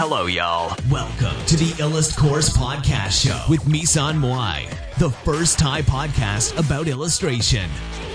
Hello, y'all. Welcome to the Illust Course Podcast Show with Misan Moai, the first Thai podcast about illustration.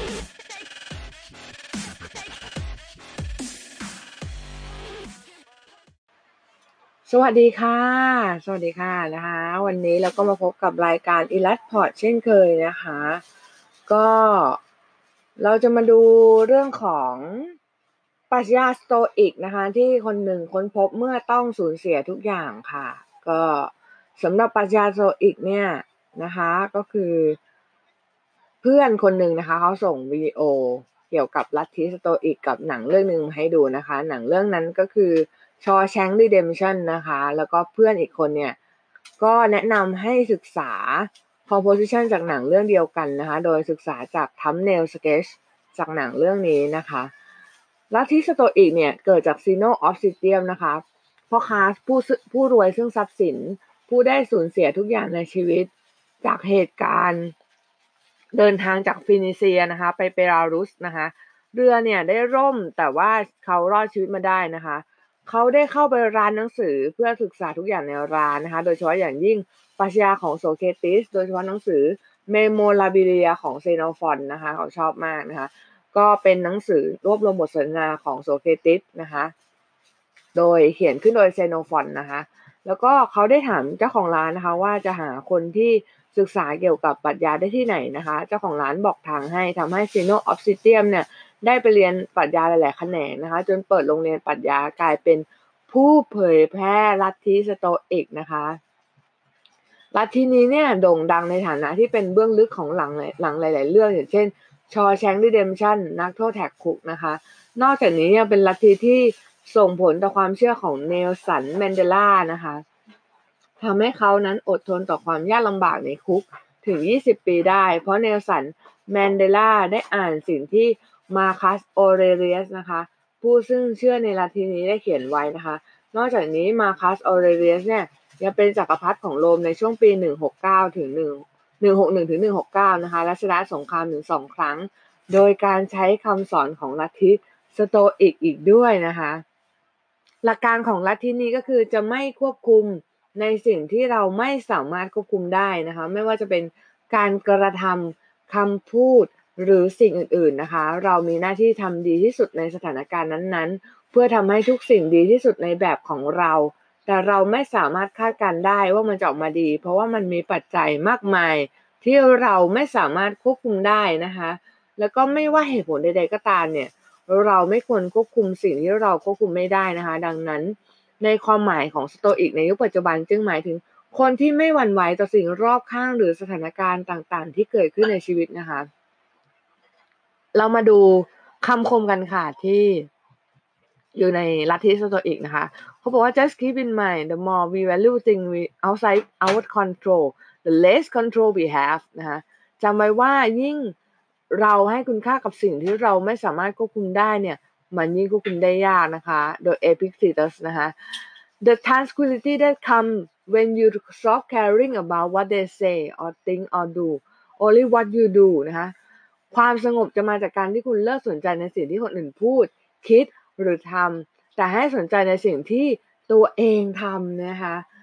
สวัสดีค่ะสวัสดีค่ะนะคะวันนี้เราก็มาพบกับรายการ Illustrate เช่นเคยนะคะก็เราจะมาดูเรื่องของปรัชญาสโตอิกนะคะที่คนหนึ่งค้นพบเมื่อต้องสูญเสียทุกอย่างค่ะก็สำหรับปรัชญาสโตอิกเนี่ยนะคะก็คือเพื่อนคนหนึ่งนะคะเขาส่งวิดีโอเกี่ยวกับลัทธิสโตอิกกับหนังเรื่องนึงมาให้ดูนะคะหนังเรื่องนั้นก็คือShawshank Redemption นะคะแล้วก็เพื่อนอีกคนเนี่ยก็แนะนำให้ศึกษา composition จากหนังเรื่องเดียวกันนะคะโดยศึกษาจาก thumbnail sketch จากหนังเรื่องนี้นะคะลัทธิสโตอิกเนี่ยเกิดจาก Zeno of Citium นะคะพ่อค้าผู้รวยซึ่งทรัพย์สินผู้ได้สูญเสียทุกอย่างในชีวิตจากเหตุการณ์เดินทางจากฟินิเซียนะคะไปเบลารุสนะคะเรือเนี่ยได้ร่มแต่ว่าเขารอดชีวิตมาได้นะคะเขาได้เข้าไปร้านหนังสือเพื่อศึกษาทุกอย่างในร้านนะคะโดยเฉพาะอย่างยิ่งปรัชญาของโสเคติสโดยเฉพาะหนังสือเมโมลาบิเลียของเซโนฟอนนะคะเขาชอบมากนะคะก็เป็นหนังสือรวบรวมบทสนทนาของโสเคติสนะคะโดยเขียนขึ้นโดยเซโนฟอนนะคะแล้วก็เขาได้ถามเจ้าของร้านนะคะว่าจะหาคนที่ศึกษาเกี่ยวกับปรัชญาได้ที่ไหนนะคะเจ้าของร้านบอกทางให้ทำให้ซีโนออฟซิเทียมเนี่ยได้ไปเรียนปรัชญาหลายๆแขนงนะคะจนเปิดโรงเรียนปรัชญากลายเป็นผู้เผยแพร่ลัทธิสโตอิกนะคะลัทธินี้เนี่ยโด่งดังในฐานะที่เป็นเบื้องลึกของหลังหลายๆเรื่องอย่างเช่นShawshank Redemption นักโทษแหกคุกนะคะนอกจากนี้ยังเป็นลัทธิที่ส่งผลต่อความเชื่อของเนลสันแมนเดลานะคะทำให้เขานั้นอดทนต่อความยากลำบากในคุกถึง20 ปีได้เพราะเนลสันแมนเดลาได้อ่านสิ่งที่มาคัสออเรเลียสนะคะผู้ซึ่งเชื่อในลัทธินี้ได้เขียนไว้นะคะนอกจากนี้มาคัสออเรเลียสเนี่ยยังเป็นจักรพรรดิของโรมในช่วงปี169ถึง161ถึง169นะคะและชนะสงครามถึง2ครั้งโดยการใช้คำสอนของลัทธิสโตอิกอีกด้วยนะคะหลักการของลัทธินี้ก็คือจะไม่ควบคุมในสิ่งที่เราไม่สามารถควบคุมได้นะคะไม่ว่าจะเป็นการกระทำคำพูดหรือสิ่งอื่นๆนะคะเรามีหน้าที่ทำดีที่สุดในสถานการณ์นั้นๆเพื่อทำให้ทุกสิ่งดีที่สุดในแบบของเราแต่เราไม่สามารถคาดการณ์ได้ว่ามันจะออกมาดีเพราะว่ามันมีปัจจัยมากมายที่เราไม่สามารถควบคุมได้นะคะแล้วก็ไม่ว่าเหตุผลใดๆก็ตามเนี่ยเราไม่ควรควบคุมสิ่งที่เราควบคุมไม่ได้นะคะดังนั้นในความหมายของสโตอิกในยุคปัจจุบันจึงหมายถึงคนที่ไม่หวั่นไหวต่อสิ่งรอบข้างหรือสถานการณ์ต่างๆที่เกิดขึ้นในชีวิตนะคะเรามาดูคำคมกันค่ะที่อยู่ในลัทธิสโตอิกนะคะเขาบอกว่า just keep in mind the more we value things we outside our control the less control we have นะคะจำไว้ว่ายิ่งเราให้คุณค่ากับสิ่งที่เราไม่สามารถควบคุมได้เนี่ยมันยิ่งควบคุมได้ยากนะคะโดย Epictetus นะคะ the tranquility that comes when you stop caring about what they say or think or do only what you do นะคะความสงบจะมาจากการที่คุณเลิกสนใจในสิ่งที่คนอื่นพูดคิดหรือทำแต่ให้สนใจในสิ่งที่ตัวเองทำนะคะ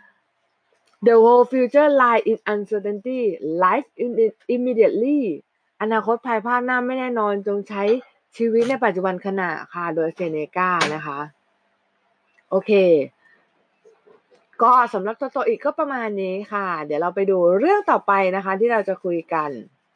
The whole future lies in uncertainty life in immediately อนาคตภายภาคหน้าไม่แน่นอนจงใช้ชีวิตในปัจจุบันขณะค่ะโดยเซเนกานะคะโอเคก็สำหรับตัวอีกก็ประมาณนี้ค่ะเดี๋ยวเราไปดูเรื่องต่อไปนะคะที่เราจะคุยกัน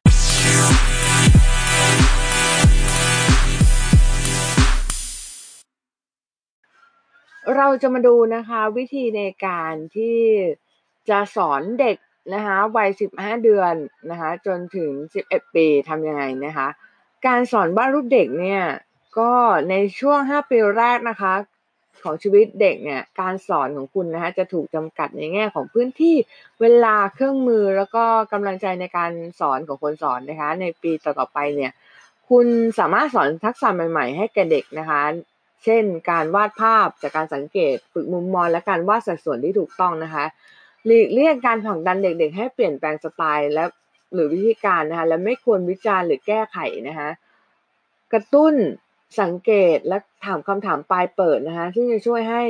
เราจะมาดูนะคะวิธีในการที่จะสอนเด็กนะคะวัย15 เดือนนะคะจนถึง11 ปีทำยังไงนะคะการสอนวาดรูปเด็กเนี่ยก็ในช่วง5 ปีแรกนะคะของชีวิตเด็กเนี่ยการสอนของคุณนะคะจะถูกจำกัดในแง่ของพื้นที่เวลาเครื่องมือแล้วก็กำลังใจในการสอนของคนสอนนะคะในปีต่อๆไปเนี่ยคุณสามารถสอนทักษะใหม่ๆให้แก่เด็กนะคะเช่นการวาดภาพจากการสังเกตฝึกมุมมองและการวาดสัดส่วนที่ถูกต้องนะคะหลีกเลี่ยงการผลักดันเด็กๆให้เปลี่ยนแปลงสไตล์และหรือวิธีการนะคะและไม่ควรวิจารณ์หรือแก้ไขนะคะกระตุ้นสังเกตและถามคำถามปลายเปิดนะคะซึ่งจะช่วยให้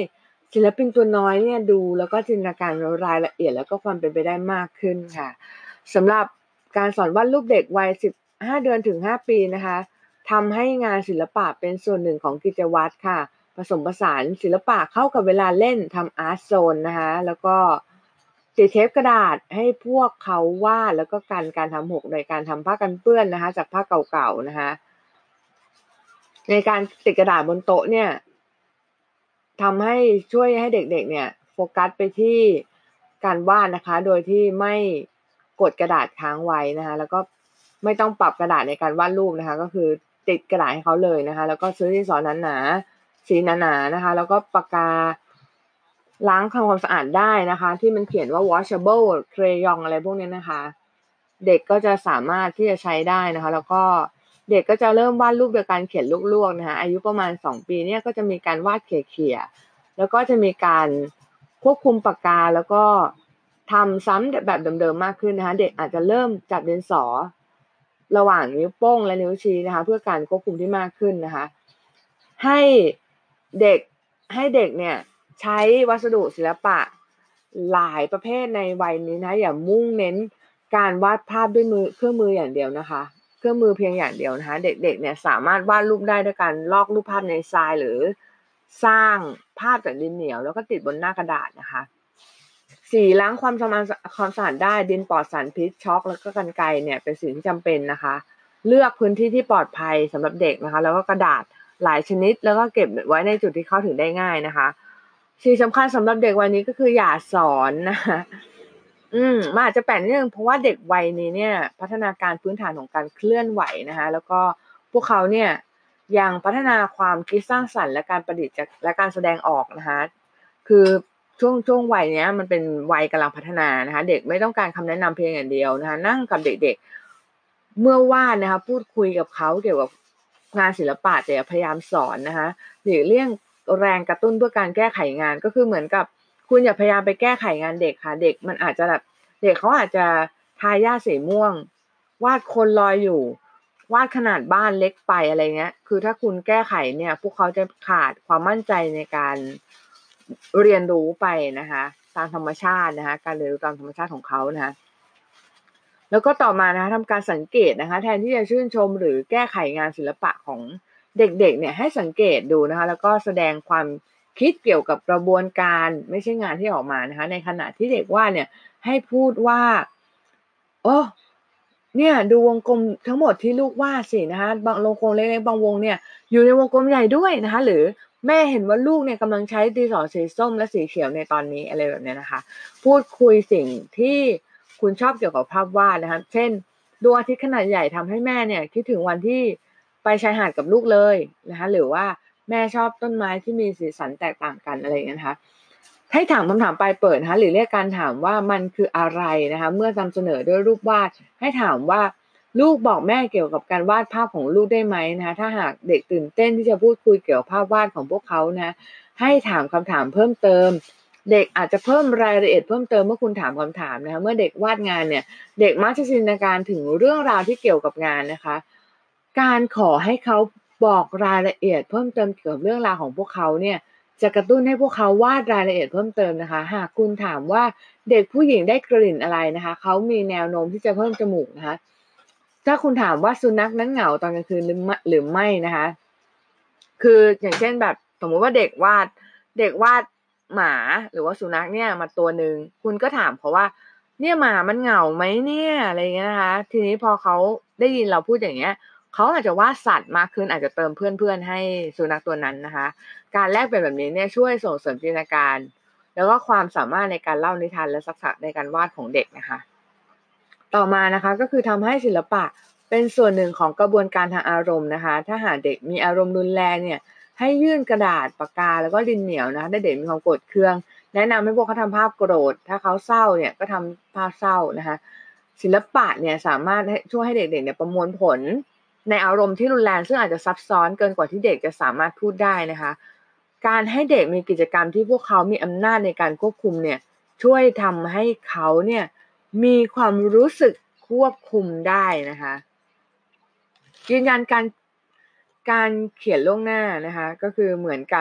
ศิลปินตัวน้อยเนี่ยดูแล้วก็จินตนาการรายละเอียดแล้วก็ความเป็นไปได้มากขึ้นค่ะสำหรับการสอนวาดรูปเด็กวัย15เดือนถึง5ปีนะคะทำให้งานศิลปะเป็นส่วนหนึ่งของกิจวัตรค่ะผสมผสานศิลปะเข้ากับเวลาเล่นทำอาร์ตโซนนะคะแล้วก็ติดเทปกระดาษให้พวกเขาวาดแล้วก็การทำหกโดยการทำผ้ากันเปื้อนนะคะจากผ้าเก่าๆนะคะในการติดกระดาษบนโต๊ะเนี่ย ทำให้ช่วยให้เด็กๆเนี่ยโฟกัสไปที่การวาดนะคะโดยที่ไม่กดกระดาษค้างไว้นะคะแล้วก็ไม่ต้องปรับกระดาษในการวาดรูปนะคะก็คือติดกระดาษให้เขาเลยนะคะแล้วก็ซื้อดินสอหนาๆสีหนาๆนะคะแล้วก็ปากกาล้างทำความสะอาดได้นะคะที่มันเขียนว่า washable crayon อะไรพวกนี้นะคะเด็กก็จะสามารถที่จะใช้ได้นะคะแล้วก็เด็กก็จะเริ่มวาดรูปโดยการเขียนลวกๆนะคะอายุประมาณ2 ปีเนี่ยก็จะมีการวาดเขี่ยๆแล้วก็จะมีการควบคุมปากกาแล้วก็ทำซ้ำแบบเดิมๆมากขึ้นนะคะเด็กอาจจะเริ่มจับดินสอระหว่างนิ้วโป้งและนิ้วชี้นะคะเพื่อการควบคุมที่มากขึ้นนะคะให้เด็กเนี่ยใช้วัสดุศิลปะหลายประเภทในวัยนี้นะอย่ามุ่งเน้นการวาดภาพด้วยมือเครื่องมืออย่างเดียวนะคะเครื่องมือเพียงอย่างเดียวนะคะเด็กๆเนี่ยสามารถวาดรูปได้ด้วยการลอกรูปภาพในทรายหรือสร้างภาพจากดินเหนียวแล้วก็ติดบนหน้ากระดาษนะคะสีล้างความสะอาดได้ดินปลอดสารพิษช็อกแล้วก็กรรไกรเนี่ยเป็นสิ่งที่จำเป็นนะคะเลือกพื้นที่ที่ปลอดภัยสำหรับเด็กนะคะแล้วก็กระดาษหลายชนิดแล้วก็เก็บไว้ในจุดที่เข้าถึงได้ง่ายนะคะสิ่งสำคัญสำหรับเด็กวัยนี้ก็คืออย่าสอนนะคะมันอาจจะแปลกนิดนึงเพราะว่าเด็กวัยนี้เนี่ยพัฒนาการพื้นฐานของการเคลื่อนไหวนะคะแล้วก็พวกเขาเนี่ยยังพัฒนาความคิดสร้างสรรค์และการประดิษฐ์และการแสดงออกนะคะคือช่วงวัยเนี้ยมันเป็นวัยกำลังพัฒนานะคะเด็กไม่ต้องการคำแนะนำเพียงอย่างเดียวนะคะนั่งกับเด็กๆเมื่อวาดนะคะพูดคุยกับเขาเกี่ยวกับงานศิลปะแต่พยายามสอนนะคะหลีกเลี่ยงแรงกระตุ้นเพื่อการแก้ไขงานก็คือเหมือนกับคุณอย่าพยายามไปแก้ไขงานเด็กค่ะเด็กมันอาจจะแบบเด็กเขาอาจจะทาหญ้าสีม่วงวาดคนลอยอยู่วาดขนาดบ้านเล็กไปอะไรเงี้ยคือถ้าคุณแก้ไขเนี่ยพวกเขาจะขาดความมั่นใจในการเรียนรู้ไปนะคะตามธรรมชาตินะคะการเรียนรู้ตามธรรมชาติของเขานะคะแล้วก็ต่อมานะคะทำการสังเกตนะคะแทนที่จะชื่นชมหรือแก้ไขงานศิลปะของเด็กๆเนี่ยให้สังเกตดูนะคะแล้วก็แสดงความคิดเกี่ยวกับกระบวนการไม่ใช่งานที่ออกมานะคะในขณะที่เด็กวาดเนี่ยให้พูดว่าโอ้เนี่ยดูวงกลมทั้งหมดที่ลูกวาดสินะคะบางวงกลมเล็กๆบางวงเนี่ยอยู่ในวงกลมใหญ่ด้วยนะคะหรือแม่เห็นว่าลูกเนี่ยกำลังใช้ดินสอสีส้มและสีเขียวในตอนนี้อะไรแบบนี้นะคะพูดคุยสิ่งที่คุณชอบเกี่ยวกับภาพวาดนะคะเช่นดวงอาทิตย์ขนาดใหญ่ทำให้แม่เนี่ยคิดถึงวันที่ไปชายหาดกับลูกเลยนะคะหรือว่าแม่ชอบต้นไม้ที่มีสีสันแตกต่างกันอะไรอย่างนี้นะคะให้ถามคำถามปลายเปิดนะคะหรือเรียกการถามว่ามันคืออะไรนะคะเมื่อนำเสนอด้วยรูปวาดให้ถามว่าลูกบอกแม่เกี่ยวกับการวาดภาพของลูกได้ไหมนะคะถ้าหากเด็กตื่นเต้นที่จะพูดคุยเกี่ยวกับภาพวาดของพวกเขานะให้ถามคำถามเพิ่มเติมเด็กอาจจะเพิ่มรายละเอียดเพิ่มเติมเมื่อคุณถามคำถามนะคะเมื่อเด็กวาดงานเนี่ยเด็กมักจะจินตนาการถึงเรื่องราวที่เกี่ยวกับงานนะคะการขอให้เขาบอกรายละเอียดเพิ่มเติมเกี่ยวกับเรื่องราวของพวกเขาเนี่ยจะกระตุ้นให้พวกเขาวาดรายละเอียดเพิ่มเติมนะคะหากคุณถามว่าเด็กผู้หญิงได้กลิ่นอะไรนะคะเขามีแนวโน้มที่จะเพิ่มจมูกนะคะถ้าคุณถามว่าสุนัขนั้นเหงาตอนกลางคืนหรือไม่นะคะคืออย่างเช่นแบบสมมุติว่าเด็กวาดหมาหรือว่าสุนัขเนี่ยมาตัวหนึ่งคุณก็ถามเขาว่าเนี่ยหมามันเหงาไหมเนี่ยอะไรเงี้ยนะคะทีนี้พอเขาได้ยินเราพูดอย่างเงี้ยเขาอาจจะวาดสัตว์มากขึ้นอาจจะเติมเพื่อนๆให้สุนัขตัวนั้นนะคะการแลกเปลี่ยนแบบนี้เนี่ยช่วยส่งเสริมจินตนาการแล้วก็ความสามารถในการเล่านิทานและทักษะในการวาดของเด็กนะคะต่อมานะคะก็คือทำให้ศิลปะเป็นส่วนหนึ่งของกระบวนการทางอารมณ์นะคะถ้าหากเด็กมีอารมณ์รุนแรงเนี่ยให้ยื่นกระดาษปากกาแล้วก็ดินเหนียวนะคะถ้าเด็กมีความโกรธเคืองแนะนำให้พวกเขาทำภาพโกรธถ้าเขาเศร้าเนี่ยก็ทำภาพเศร้านะคะศิลปะเนี่ยสามารถช่วยให้เด็กๆเนี่ยประมวลผลในอารมณ์ที่รุนแรงซึ่งอาจจะซับซ้อนเกินกว่าที่เด็กจะสามารถพูดได้นะคะการให้เด็กมีกิจกรรมที่พวกเขามีอำนาจในการควบคุมเนี่ยช่วยทำให้เขาเนี่ยมีความรู้สึกควบคุมได้นะคะยืนยันการเขียนล่วงหน้านะคะก็คือเหมือนกับ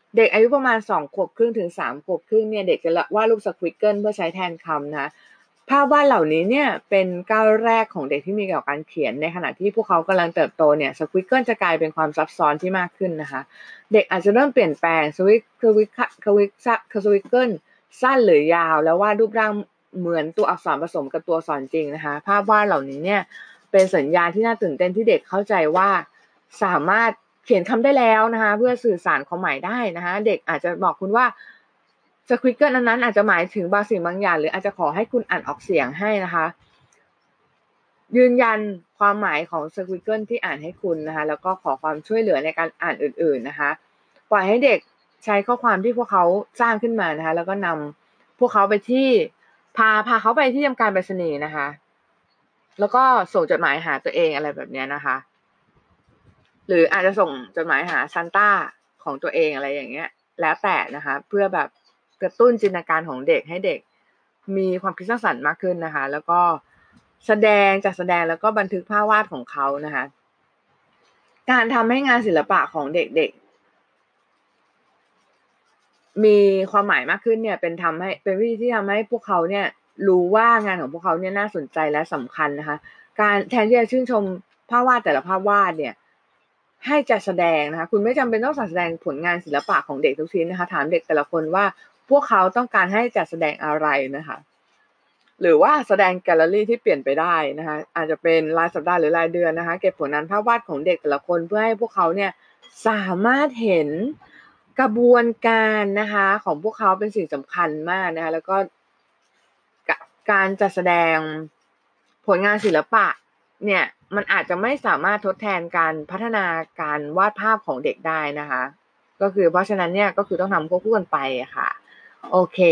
เด็กอายุประมาณ2 ขวบครึ่งถึง3 ขวบครึ่งเนี่ยเด็กจะวาดรูปสควิกเกิลเพื่อใช้แทนคำนะคะภาพวาดเหล่านี้เนี่ยเป็นก้าวแรกของเด็กที่มีเกี่ยวกับการเขียนในขณะที่พวกเขากำลังเติบโตเนี่ยสควิกเกิลจะกลายเป็นความซับซ้อนที่มากขึ้นนะคะเด็กอาจจะเริ่มเปลี่ยนแปลงสควิกเกิลสั้นหรือยาวแล้ววาดรูปร่างเหมือนตัวอักษรผสมกับตัวอักษรจริงนะคะภาพวาดเหล่านี้เนี่ยเป็นสัญญาณที่น่าตื่นเต้นที่เด็กเข้าใจว่าสามารถเขียนคำได้แล้วนะคะเพื่อสื่อสารความหมายได้นะคะเด็กอาจจะบอกคุณว่าสควิกเกิลนั้นอาจจะหมายถึงบางสิ่งบางอย่างหรืออาจจะขอให้คุณอ่านออกเสียงให้นะคะยืนยันความหมายของสควิกเกิลที่อ่านให้คุณนะคะแล้วก็ขอความช่วยเหลือในการอ่านอื่นๆนะคะปล่อยให้เด็กใช้ข้อความที่พวกเขาสร้างขึ้นมานะคะแล้วก็นำพวกเขาไปที่พาเขาไปที่ทำการไปรษณีย์นะคะแล้วก็ส่งจดหมายหาตัวเองอะไรแบบนี้นะคะหรืออาจจะส่งจดหมายหาซานต้าของตัวเองอะไรอย่างเงี้ยแล้วแต่นะคะเพื่อแบบกระตุ้นจินตนาการของเด็กให้เด็กมีความคิดสร้างสรรค์มากขึ้นนะคะแล้วก็จัดแสดงแล้วก็บันทึกภาพวาดของเขานะคะการทำให้งานศิลปะของเด็กๆมีความหมายมากขึ้นเนี่ยเป็นวิธีที่ทำให้พวกเขาเนี่ยรู้ว่างานของพวกเขาเนี่ยน่าสนใจและสำคัญนะคะการแทนที่จะชื่นชมภาพวาดแต่ละภาพวาดเนี่ยให้จัดแสดงนะคะคุณไม่จำเป็นต้องจัดแสดงผลงานศิลปะของเด็กทุกชิ้นนะคะถามเด็กแต่ละคนว่าพวกเขาต้องการให้จัดแสดงอะไรนะคะหรือว่าแสดงแกลเลอรี่ที่เปลี่ยนไปได้นะคะอาจจะเป็นรายสัปดาห์หรือรายเดือนนะคะเก็บผลงานภาพวาดของเด็กแต่ละคนเพื่อให้พวกเขาเนี่ยสามารถเห็นกระบวนการนะคะของพวกเขาเป็นสิ่งสำคัญมากนะคะแล้วก็การจัดแสดงผลงานศิลปะเนี่ยมันอาจจะไม่สามารถทดแทนการพัฒนาการวาดภาพของเด็กได้นะคะก็คือเพราะฉะนั้นเนี่ยก็คือต้องทำควบคู่กันไปค่ะโอเค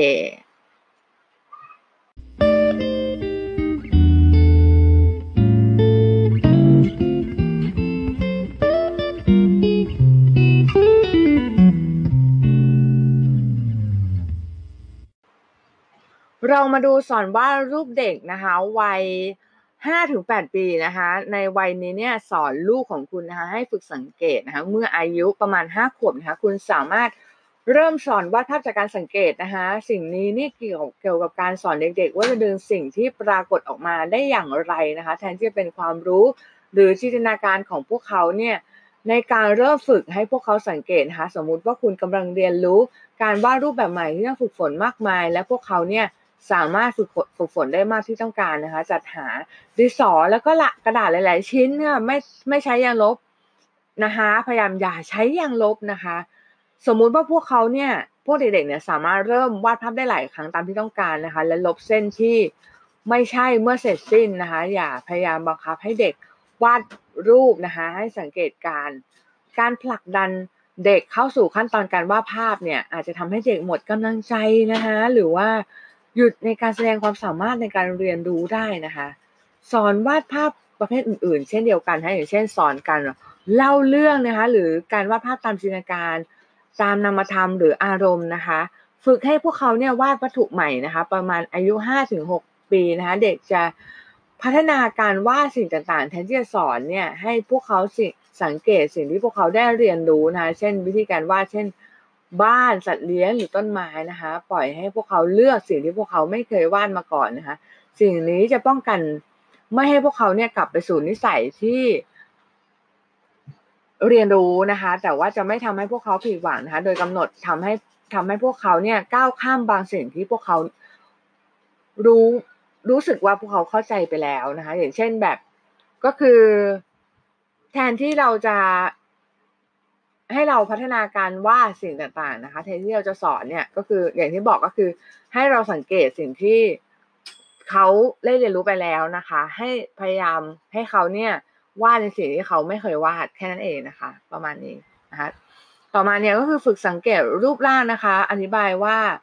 เรามาดูสอนวาดรูปเด็กนะคะวัย5-8 ปีนะคะในวัยนี้เนี่ยสอนลูกของคุณนะคะให้ฝึกสังเกตนะคะเมื่ออายุประมาณ5 ขวบนะคะคุณสามารถเริ่มสอนวาดภาพจากการสังเกตนะคะสิ่งนี้นี่เกี่ยวกับการสอนเด็กๆว่าจะดึงสิ่งที่ปรากฏออกมาได้อย่างไรนะคะแทนที่จะเป็นความรู้หรือจินตนาการของพวกเขาเนี่ยในการเริ่มฝึกให้พวกเขาสังเกตนะคะสมมุติว่าคุณกำลังเรียนรู้การวาดรูปแบบใหม่ที่ต้องฝึกฝนมากมายและพวกเขาเนี่ยสามารถฝึกฝนได้มากที่ต้องการนะคะจัดหาดินสอแล้วก็กระดาษหลายๆชิ้นเนี่ยไม่ใช้ยางลบนะคะพยายามอย่าใช้ยางลบนะคะสมมุติว่าพวกเขาเนี่ยพวกเด็กๆเนี่ยสามารถเริ่มวาดภาพได้หลายครั้งตามที่ต้องการนะคะและลบเส้นที่ไม่ใช่เมื่อเสร็จสิ้นนะคะอย่าพยายามบังคับให้เด็กวาดรูปนะคะให้สังเกตการผลักดันเด็กเข้าสู่ขั้นตอนการวาดภาพเนี่ยอาจจะทำให้เด็กหมดกำลังใจนะคะหรือว่าหยุดในการแสดงความสามารถในการเรียนรู้ได้นะคะสอนวาดภาพประเภทอื่นๆเช่นเดียวกันนะอย่างเช่นสอนการเล่าเรื่องนะคะหรือการวาดภาพตามจินตนาการตามนามธรรมหรืออารมณ์นะคะฝึกให้พวกเขาเนี่ยวาดวัตถุใหม่นะคะประมาณอายุ5-6 ปีนะคะเด็กจะพัฒนาการวาดสิ่งต่างๆแทนที่จะสอนเนี่ยให้พวกเขาสังเกตสิ่งที่พวกเขาได้เรียนรู้นะคะเช่นวิธีการวาดเช่นบ้านสัตว์เลี้ยงหรือต้นไม้นะคะปล่อยให้พวกเขาเลือกสิ่งที่พวกเขาไม่เคยวาดมาก่อนนะคะสิ่งนี้จะป้องกันไม่ให้พวกเขาเนี่ยกลับไปสู่นิสัยที่เรียนรู้นะคะแต่ว่าจะไม่ทำให้พวกเขาผิดหวังนะคะโดยกำหนดทำให้พวกเขาเนี่ยก้าวข้ามบางสิ่งที่พวกเขารู้รู้สึกว่าพวกเขาเข้าใจไปแล้วนะคะอย่างเช่นแบบก็คือแทนที่เราจะให้เราพัฒนาการวาดสิ่งต่างๆนะคะแทนที่เราจะสอนเนี่ยก็คืออย่างที่บอกก็คือให้เราสังเกตสิ่งที่เขาได้เรียนรู้ไปแล้วนะคะให้พยายามให้เขาเนี่ยวาดในสิ่งที่เขาไม่เคยวาดแค่นั้นเองนะคะประมาณนี้นะคะต่อมาเนี่ยก็คือฝึกสังเกตรูปร่างนะคะอธิบาย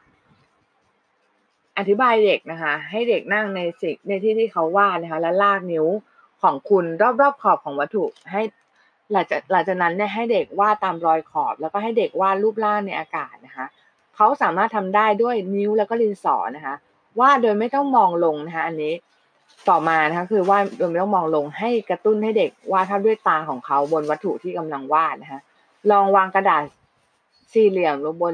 เด็กนะคะให้เด็กนั่งในที่ที่เขาวาดนะคะและลากนิ้วของคุณรอบๆขอบของวัตถุให้หลังจากนั้นเนี่ยให้เด็กวาดตามรอยขอบแล้วก็ให้เด็กวาดรูปร่างในอากาศนะคะเขาสามารถทำได้ด้วยนิ้วแล้วก็ดินสอนะคะวาดโดยไม่ต้องมองลงนะคะอันนี้ต่อมานะคะคือวาดโดยไม่ต้องมองลงให้กระตุ้นให้เด็กวาดภาพด้วยตาของเขาบนวัตถุที่กำลังวาดนะคะลองวางกระดาษสี่เหลี่ยมลง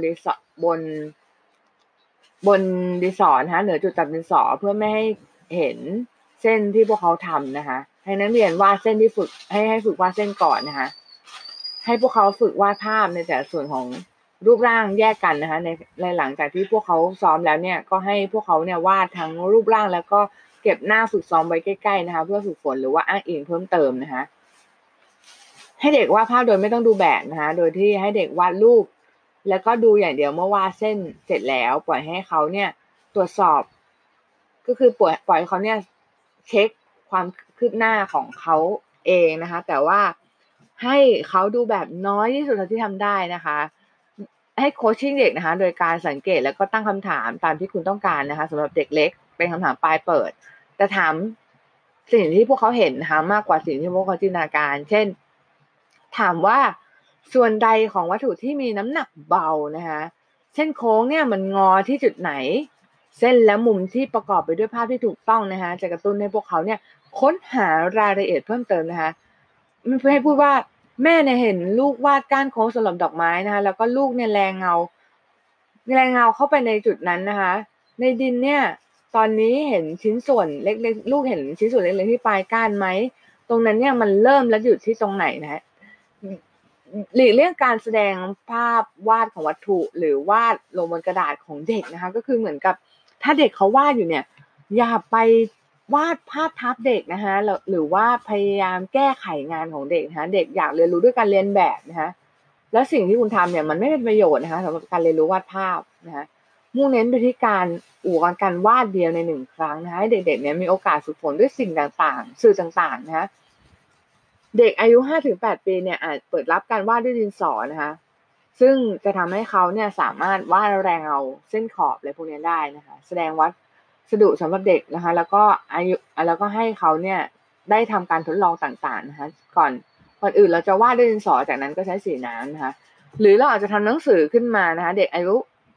บนดินสอนะคะเหนือจุดจับดินสอเพื่อไม่ให้เห็นเส้นที่พวกเขาทำนะคะให้นักเรียนวาดเส้นที่ฝึกให้ฝึกวาดเส้นก่อนนะคะให้พวกเขาฝึกวาดภาพในแต่ละส่วนของรูปร่างแยกกันนะคะในหลังจากที่พวกเขาซ้อมแล้วเนี่ยก็ให้พวกเขาเนี่ยวาดทั้งรูปร่างแล้วก็เก็บหน้าฝึกซ้อมไว้ใกล้ๆนะคะเพื่อฝึกฝนหรือว่าอ้างอิงเพิ่มเติมนะคะให้เด็กวาดภาพโดยไม่ต้องดูแบบนะคะโดยที่ให้เด็กวาดรูปแล้วก็ดูอย่างเดียวเมื่อวาดเส้นเสร็จแล้วปล่อยให้เขาเนี่ยตรวจสอบก็คือปล่อยให้เขาเนี่ยเช็คความคืบหน้าของเขาเองนะคะแต่ว่าให้เขาดูแบบน้อยที่สุดเท่าที่ทำได้นะคะให้โคชชิ่งเด็กนะคะโดยการสังเกตแล้วก็ตั้งคำถามตามที่คุณต้องการนะคะสำหรับเด็กเล็กเป็นคำถามปลายเปิดแต่ถามสิ่งที่พวกเขาเห็นนะคะมากกว่าสิ่งที่พวกเขาจินตนาการเช่นถามว่าส่วนใดของวัตถุที่มีน้ำหนักเบานะคะเส้นโค้งเนี่ยมันงอที่จุดไหนเส้นและมุมที่ประกอบไปด้วยภาพที่ถูกต้องนะคะจะกระตุ้นให้พวกเขาเนี่ยค้นหารายละเอียดเพิ่มเติมนะคะเพื่อให้พูดว่าแม่เนี่ยเห็นลูกวาดก้านโค้งสำหรับดอกไม้นะคะแล้วก็ลูกเนี่ยแรงเงาเข้าไปในจุดนั้นนะคะในดินเนี่ยตอนนี้เห็นชิ้นส่วนเล็กๆลูกเห็นชิ้นส่วนเล็กๆที่ปลายก้านไหมตรงนั้นเนี่ยมันเริ่มและหยุดที่ตรงไหนนะหลีกเลี่ยงการแสดงภาพวาดของวัตถุหรือวาดลงบนกระดาษของเด็กนะคะก็คือเหมือนกับถ้าเด็กเขาวาดอยู่เนี่ยอย่าไปวาดภาพทับเด็กนะคะหรือว่าพยายามแก้ไขงานของเด็กนะคะเด็กอยากเรียนรู้ด้วยการเรียนแบบนะคะแล้วสิ่งที่คุณทำเนี่ยมันไม่เป็นประโยชน์นะคะสำหรับการเรียนรู้วาดภาพนะคะมุ่งเน้นไปที่การวาดเดียวใน1ครั้งนะคะให้เด็กๆเนี่ยมีโอกาสฝึกฝนด้วยสิ่งต่างๆสื่อต่างๆนะคะเด็กอายุ 5-8 ปีเนี่ยอาจเปิดรับการวาดด้วยดินสอนะคะซึ่งจะทำให้เขาเนี่ยสามารถวาดแรงเงาเส้นขอบอะไรพวกนี้ได้นะคะแสดงวัสดุสำหรับเด็กนะคะแล้วก็ให้เขาเนี่ยได้ทำการทดลองต่างๆนะคะก่อนอื่นเราจะวาดด้วยดินสอจากนั้นก็ใช้สีน้ำนะคะหรือเราอาจจะทำหนังสือขึ้นมานะคะเด็กอายุ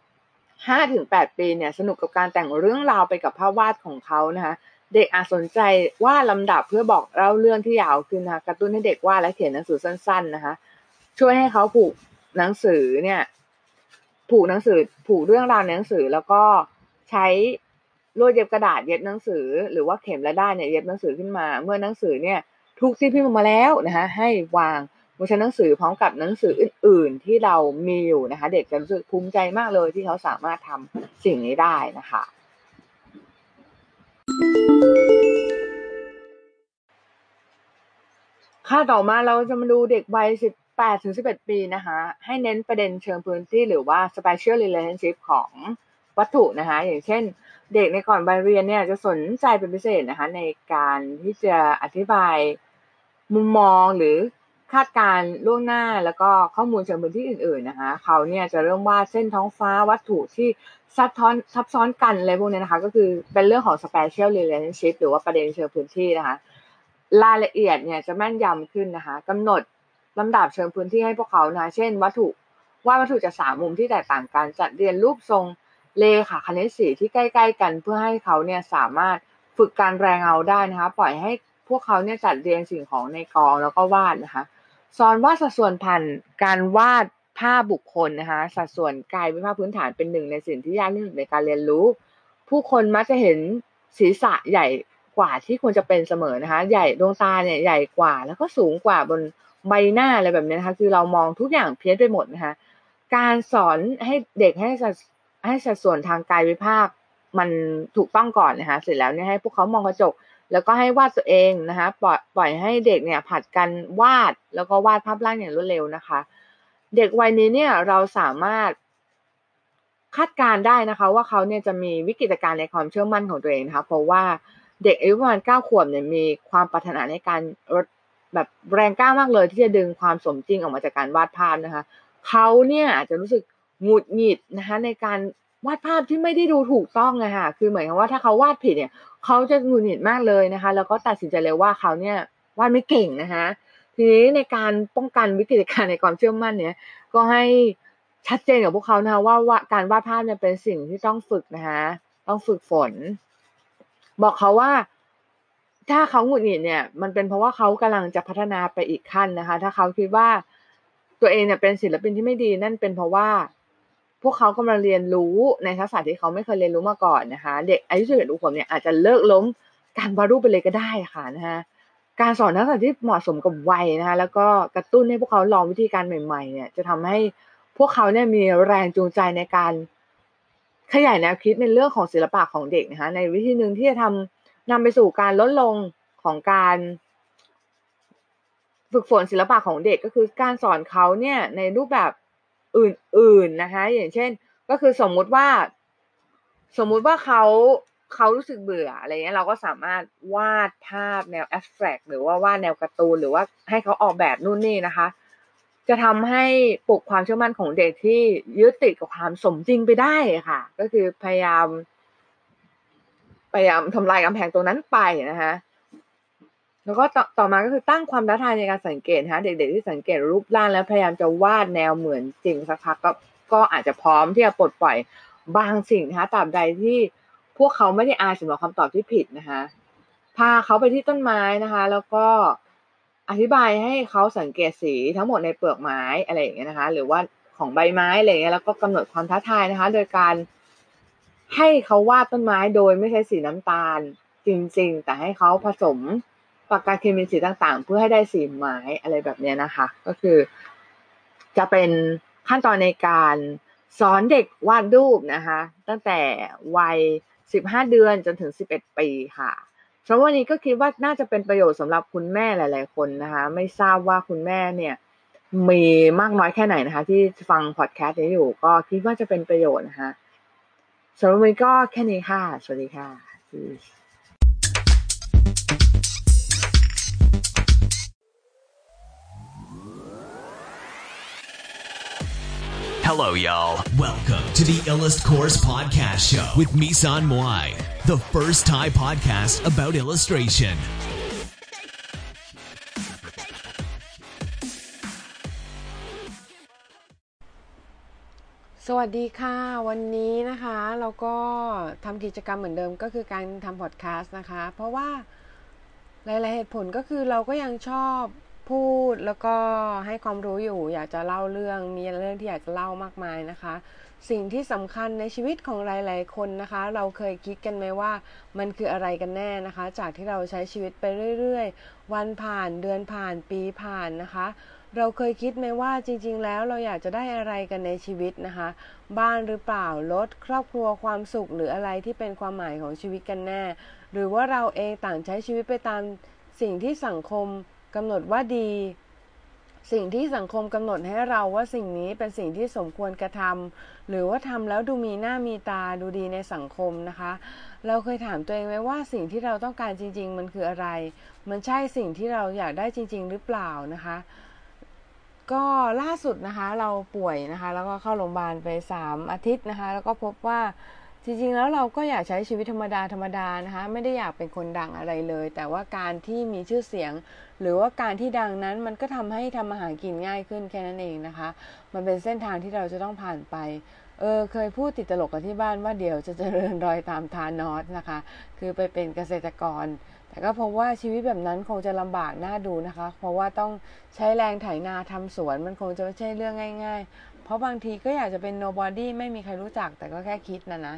5-8 ปีเนี่ยสนุกกับการแต่งเรื่องราวไปกับภาพวาดของเขานะคะเด็กอาจสนใจวาดลำดับเพื่อบอกเล่าเรื่องที่ยาวขึ้นนะคะกระตุ้นให้เด็กวาดและเขียนหนังสือสั้นๆนะคะช่วยให้เขาผูกหนังสือเนี่ยผูกเรื่องราวในหนังสือแล้วก็ใช้ลวดเย็บกระดาษเย็บหนังสือหรือว่าเข็มและด้ายเนี่ยเย็บหนังสือขึ้นมาเมื่อหนังสือเนี่ยถูกตีพิมพ์มาแล้วนะคะให้วางบนชั้นหนังสือพร้อมกับหนังสืออื่นๆที่เรามีอยู่นะคะเด็กจะรู้สึกภูมิใจมากเลยที่เขาสามารถทำสิ่งนี้ได้นะคะค่ะต่อมาเราจะมาดูเด็กวัย18-11 ปีนะคะให้เน้นประเด็นเชิงพื้นที่หรือว่า spatial relationship ของวัตถุนะคะอย่างเช่นเด็กในก่อนวัยเรียนเนี่ยจะสนใจเป็นพิเศษนะคะในการที่จะอธิบายมุมมองหรือคาดการณ์ล่วงหน้าแล้วก็ข้อมูลเชิงพื้นที่อื่นๆนะคะเขาเนี่ยจะเริ่มวาดเส้นท้องฟ้าวัตถุที่ซับซ้อนกันอะไรพวกนี้นะคะก็คือเป็นเรื่องของ spatial relationship หรือว่าประเด็นเชิงพื้นที่นะคะรายละเอียดเนี่ยจะแม่นยำขึ้นนะคะกำหนดลำดับเชิงพื้นที่ให้พวกเขานะเช่นวาดวัตถุจาก3มุมที่แตกต่างกันจัดเรียนรูปทรงเลขาคณิตศรีที่ใกล้ๆกันเพื่อให้เขาเนี่ยสามารถฝึกการแรงเงาได้นะคะปล่อยให้พวกเขาเนี่ยจัดเรียงสิ่งของในกองแล้วก็วาดนะคะสอนวาดสัดส่วนผ่านการวาดภาพบุคคลนะคะสัดส่วนกายวิภาคพื้นฐานเป็นหนึ่งในสิ่งที่ยากที่สุดในการเรียนรู้ผู้คนมักจะเห็นศีรษะใหญ่กว่าที่ควรจะเป็นเสมอนะคะใหญ่ดวงตาเนี่ยใหญ่กว่าแล้วก็สูงกว่าบนใบหน้าอะไรแบบนี้นะคะคือเรามองทุกอย่างเพี้ยนไปหมดนะคะการสอนให้เด็กให้สัดส่วนทางกายวิภาคมันถูกต้องก่อนนะคะเสร็จแล้วเนี่ยให้พวกเขามองกระจกแล้วก็ให้วาดตัวเองนะคะปล่อยให้เด็กเนี่ยผัดกันวาดแล้วก็วาดภาพร่างอย่างรวดเร็วนะคะเด็กวัยนี้เนี่ยเราสามารถคาดการณ์ได้นะคะว่าเขาเนี่ยจะมีวิกฤตการณ์ในความเชื่อมั่นของตัวเองนะคะเพราะว่าเด็กอายุประมาณ9 ขวบเนี่ยมีความปรารถนาในการแบบแรงกล้ามากเลยที่จะดึงความสมจริงออกมาจากการวาดภาพนะคะเขาเนี่ยอาจจะรู้สึกหงุดหงิดนะคะในการวาดภาพที่ไม่ได้ดูถูกต้องอะค่ะคือเหมือนกับว่าถ้าเขาวาดผิดเนี่ยเขาจะหงุดหงิดมากเลยนะคะแล้วก็ตัดสินใจเลยว่าเขาเนี่ยวาดไม่เก่งนะคะทีนี้ในการป้องกันวิกฤตการณ์ในความเชื่อมั่นเนี่ยก็ให้ชัดเจนกับพวกเขานะคะว่าการวาดภาพเนี่ยเป็นสิ่งที่ต้องฝึกนะคะต้องฝึกฝนบอกเขาว่าถ้าเขาหงุดหงิดเนี่ยมันเป็นเพราะว่าเขากำลังจะพัฒนาไปอีกขั้นนะคะถ้าเขาคิดว่าตัวเองเนี่ยเป็นศิลปินที่ไม่ดีนั่นเป็นเพราะว่าพวกเขากำลังเรียนรู้ในทักษะที่เขาไม่เคยเรียนรู้มาก่อนนะคะเด็กอายุ11 ขวบเนี่ยอาจจะเลิกล้มการวาดรูปไปเลยก็ได้ค่ะนะคะการสอนทักษะที่เหมาะสมกับวัยนะคะแล้วก็กระตุ้นให้พวกเขาลองวิธีการใหม่ๆเนี่ยจะทำให้พวกเขาเนี่ยมีแรงจูงใจในการขยายแนวคิดในเรื่องของศิลปะของเด็กนะคะในวิธีหนึ่งที่จะนำไปสู่การลดลงของการฝึกฝนศิลปะของเด็กก็คือการสอนเขาเนี่ยในรูปแบบอื่นๆนะคะอย่างเช่นก็คือสมมุติว่าเขารู้สึกเบื่ออะไรเงี้ยเราก็สามารถวาดภาพแนวแอบสแตรกหรือว่าวาดแนวการ์ตูนหรือว่าให้เขาออกแบบนู่นนี่นะคะจะทำให้ปลุกความเชื่อมั่นของเด็กที่ยึดติดกับความสมจริงไปได้ค่ะก็คือพยายามทำลายกำแพงตรงนั้นไปนะคะแล้วก็ต่อมาก็คือตั้งความท้าทายในการสังเกตเด็กๆที่สังเกตรูปร่างแล้วพยายามจะวาดแนวเหมือนจริงสักพักก็อาจจะพร้อมที่จะปลดปล่อยบางสิ่งนะคะตราบใดที่พวกเขาไม่ได้อายสำหรับคำตอบที่ผิดนะคะพาเขาไปที่ต้นไม้นะคะแล้วก็อธิบายให้เขาสังเกตสีทั้งหมดในเปลือกไม้อะไรอย่างเงี้ยนะคะหรือว่าของใบไม้อะไรอย่างเงี้ยแล้วก็กำหนดความท้าทายนะคะโดยการให้เขาวาดต้นไม้โดยไม่ใช้สีน้ำตาลจริงๆแต่ให้เขาผสมปากกาเคมีสีต่างๆเพื่อให้ได้สีไม้อะไรแบบนี้นะคะก็คือจะเป็นขั้นตอนในการสอนเด็กวาดรูปนะคะตั้งแต่วัย15 เดือนจนถึง11 ปีค่ะสำหรับวันนี้ก็คิดว่าน่าจะเป็นประโยชน์สำหรับคุณแม่หลายๆคนนะคะไม่ทราบว่าคุณแม่เนี่ยมีมากน้อยแค่ไหนนะคะที่ฟังพอดแคสต์นี้อยู่ก็คิดว่าจะเป็นประโยชน์นะคะสำหรับวันนี้ก็แค่นี้ค่ะสวัสดีค่ะ Hello, y'all. Welcome to the Illust Course Podcast Show with Misan Moai, the first Thai podcast about illustration. สวัสดีค่ะวันนี้นะคะเราก็ทำกิจกรรมเหมือนเดิมก็คือการทำพอดแคสต์นะคะเพราะว่าหลายๆเหตุผลก็คือเราก็ยังชอบพูดแล้วก็ให้ความรู้อยู่อยากจะเล่าเรื่องมีเรื่องที่อยากจะเล่ามากมายนะคะสิ่งที่สำคัญในชีวิตของหลายๆคนนะคะเราเคยคิดกันไหมว่ามันคืออะไรกันแน่นะคะจากที่เราใช้ชีวิตไปเรื่อยๆวันผ่านเดือนผ่านปีผ่านนะคะเราเคยคิดไหมว่าจริงๆแล้วเราอยากจะได้อะไรกันในชีวิตนะคะบ้านหรือเปล่ารถครอบครัวความสุขหรืออะไรที่เป็นความหมายของชีวิตกันแน่หรือว่าเราเองต่างใช้ชีวิตไปตามสิ่งที่สังคมกำหนดว่าดีสิ่งที่สังคมกำหนดให้เราว่าสิ่งนี้เป็นสิ่งที่สมควรกระทำหรือว่าทำแล้วดูมีหน้ามีตาดูดีในสังคมนะคะเราเคยถามตัวเองไหมว่าสิ่งที่เราต้องการจริงๆมันคืออะไรมันใช่สิ่งที่เราอยากได้จริงๆหรือเปล่านะคะก็ล่าสุดนะคะเราป่วยนะคะแล้วก็เข้าโรงพยาบาลไป3 อาทิตย์นะคะแล้วก็พบว่าจริงๆแล้วเราก็อยากใช้ชีวิตธรรมดานะคะไม่ได้อยากเป็นคนดังอะไรเลยแต่ว่าการที่มีชื่อเสียงหรือว่าการที่ดังนั้นมันก็ทำให้ทำอาหารกินง่ายขึ้นแค่นั้นเองนะคะมันเป็นเส้นทางที่เราจะต้องผ่านไปเคยพูดติดตลกกับที่บ้านว่าเดี๋ยวจะเจริญรอยตามธานอสนะคะคือไปเป็นเกษตรกรแต่ก็พบว่าชีวิตแบบนั้นคงจะลำบากน่าดูนะคะเพราะว่าต้องใช้แรงไถนาทำสวนมันคงจะไม่ใช่เรื่องง่ายๆเพราะบางทีก็อยากจะเป็น nobody ไม่มีใครรู้จักแต่ก็แค่คิดนะ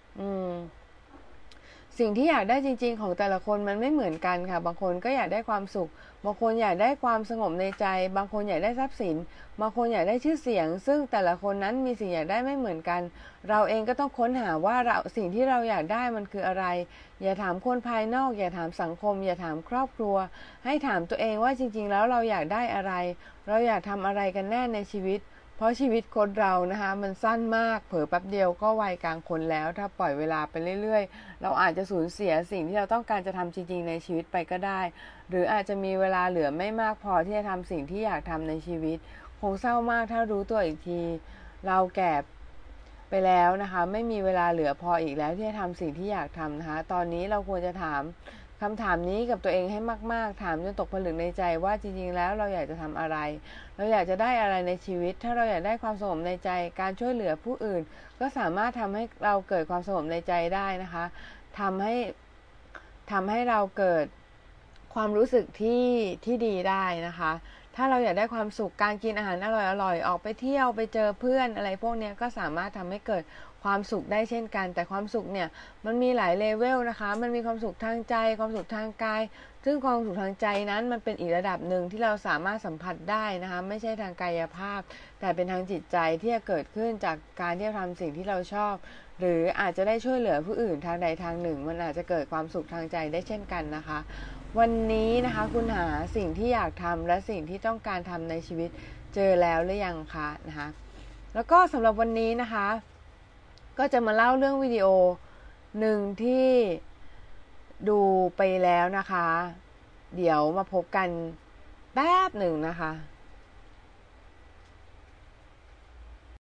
สิ่งที่อยากได้จริงๆของแต่ละคนมันไม่เหมือนกันค่ะบางคนก็อยากได้ความสุขบางคนอยากได้ความสงบในใจบางคนอยากได้ทรัพย์สินบางคนอยากได้ชื่อเสียงซึ่งแต่ละคนนั้นมีสิ่งอยากได้ไม่เหมือนกันเราเองก็ต้องค้นหาว่าสิ่งที่เราอยากได้มันคืออะไรอย่าถามคนภายนอกอย่าถามสังคมอย่าถามครอบครัวให้ถามตัวเองว่าจริงๆแล้วเราอยากได้อะไรเราอยากทำอะไรกันแน่ในชีวิตเพราะชีวิตคนเรานะคะมันสั้นมากเผลอแป๊บเดียวก็วัยกลางคนแล้วถ้าปล่อยเวลาไปเรื่อยๆเราอาจจะสูญเสียสิ่งที่เราต้องการจะทำจริงๆในชีวิตไปก็ได้หรืออาจจะมีเวลาเหลือไม่มากพอที่จะทำสิ่งที่อยากทำในชีวิตคงเศร้ามากถ้ารู้ตัวอีกทีเราแก่ไปแล้วนะคะไม่มีเวลาเหลือพออีกแล้วที่จะทำสิ่งที่อยากทำนะคะตอนนี้เราควรจะถามคำถามนี้กับตัวเองให้มากๆถามจนตกผลึกในใจว่าจริงๆแล้วเราอยากจะทำอะไรเราอยากจะได้อะไรในชีวิตถ้าเราอยากได้ความสงบในใจการช่วยเหลือผู้อื่นก็สามารถทำให้เราเกิดความสงบในใจได้นะคะทำให้เราเกิดความรู้สึกที่ดีได้นะคะถ้าเราอยากได้ความสุขการกินอาหารอร่อยๆออกไปเที่ยวไปเจอเพื่อนอะไรพวกนี้ก็สามารถทำให้เกิดความสุขได้เช่นกันแต่ความสุขเนี่ยมันมีหลายเลเวลนะคะมันมีความสุขทางใจความสุขทางกายซึ่งความสุขทางใจนั้นมันเป็นอีกระดับหนึ่งที่เราสามารถสัมผัสได้นะคะไม่ใช่ทางกายภาพแต่เป็นทางจิตใจที่จะเกิดขึ้นจากการที่ทำสิ่งที่เราชอบหรืออาจจะได้ช่วยเหลือผู้อื่นทางใดทางหนึ่งมันอาจจะเกิดความสุขทางใจได้เช่นกันนะคะวันนี้นะคะคุณหาสิ่งที่อยากทำและสิ่งที่ต้องการทำในชีวิตเจอแล้วหรือยังคะนะคะแล้วก็สำหรับวันนี้นะคะก็จะมาเล่าเรื่องวิดีโอหนึ่งที่ดูไปแล้วนะคะเดี๋ยวมาพบกันแป๊บหนึ่งนะคะ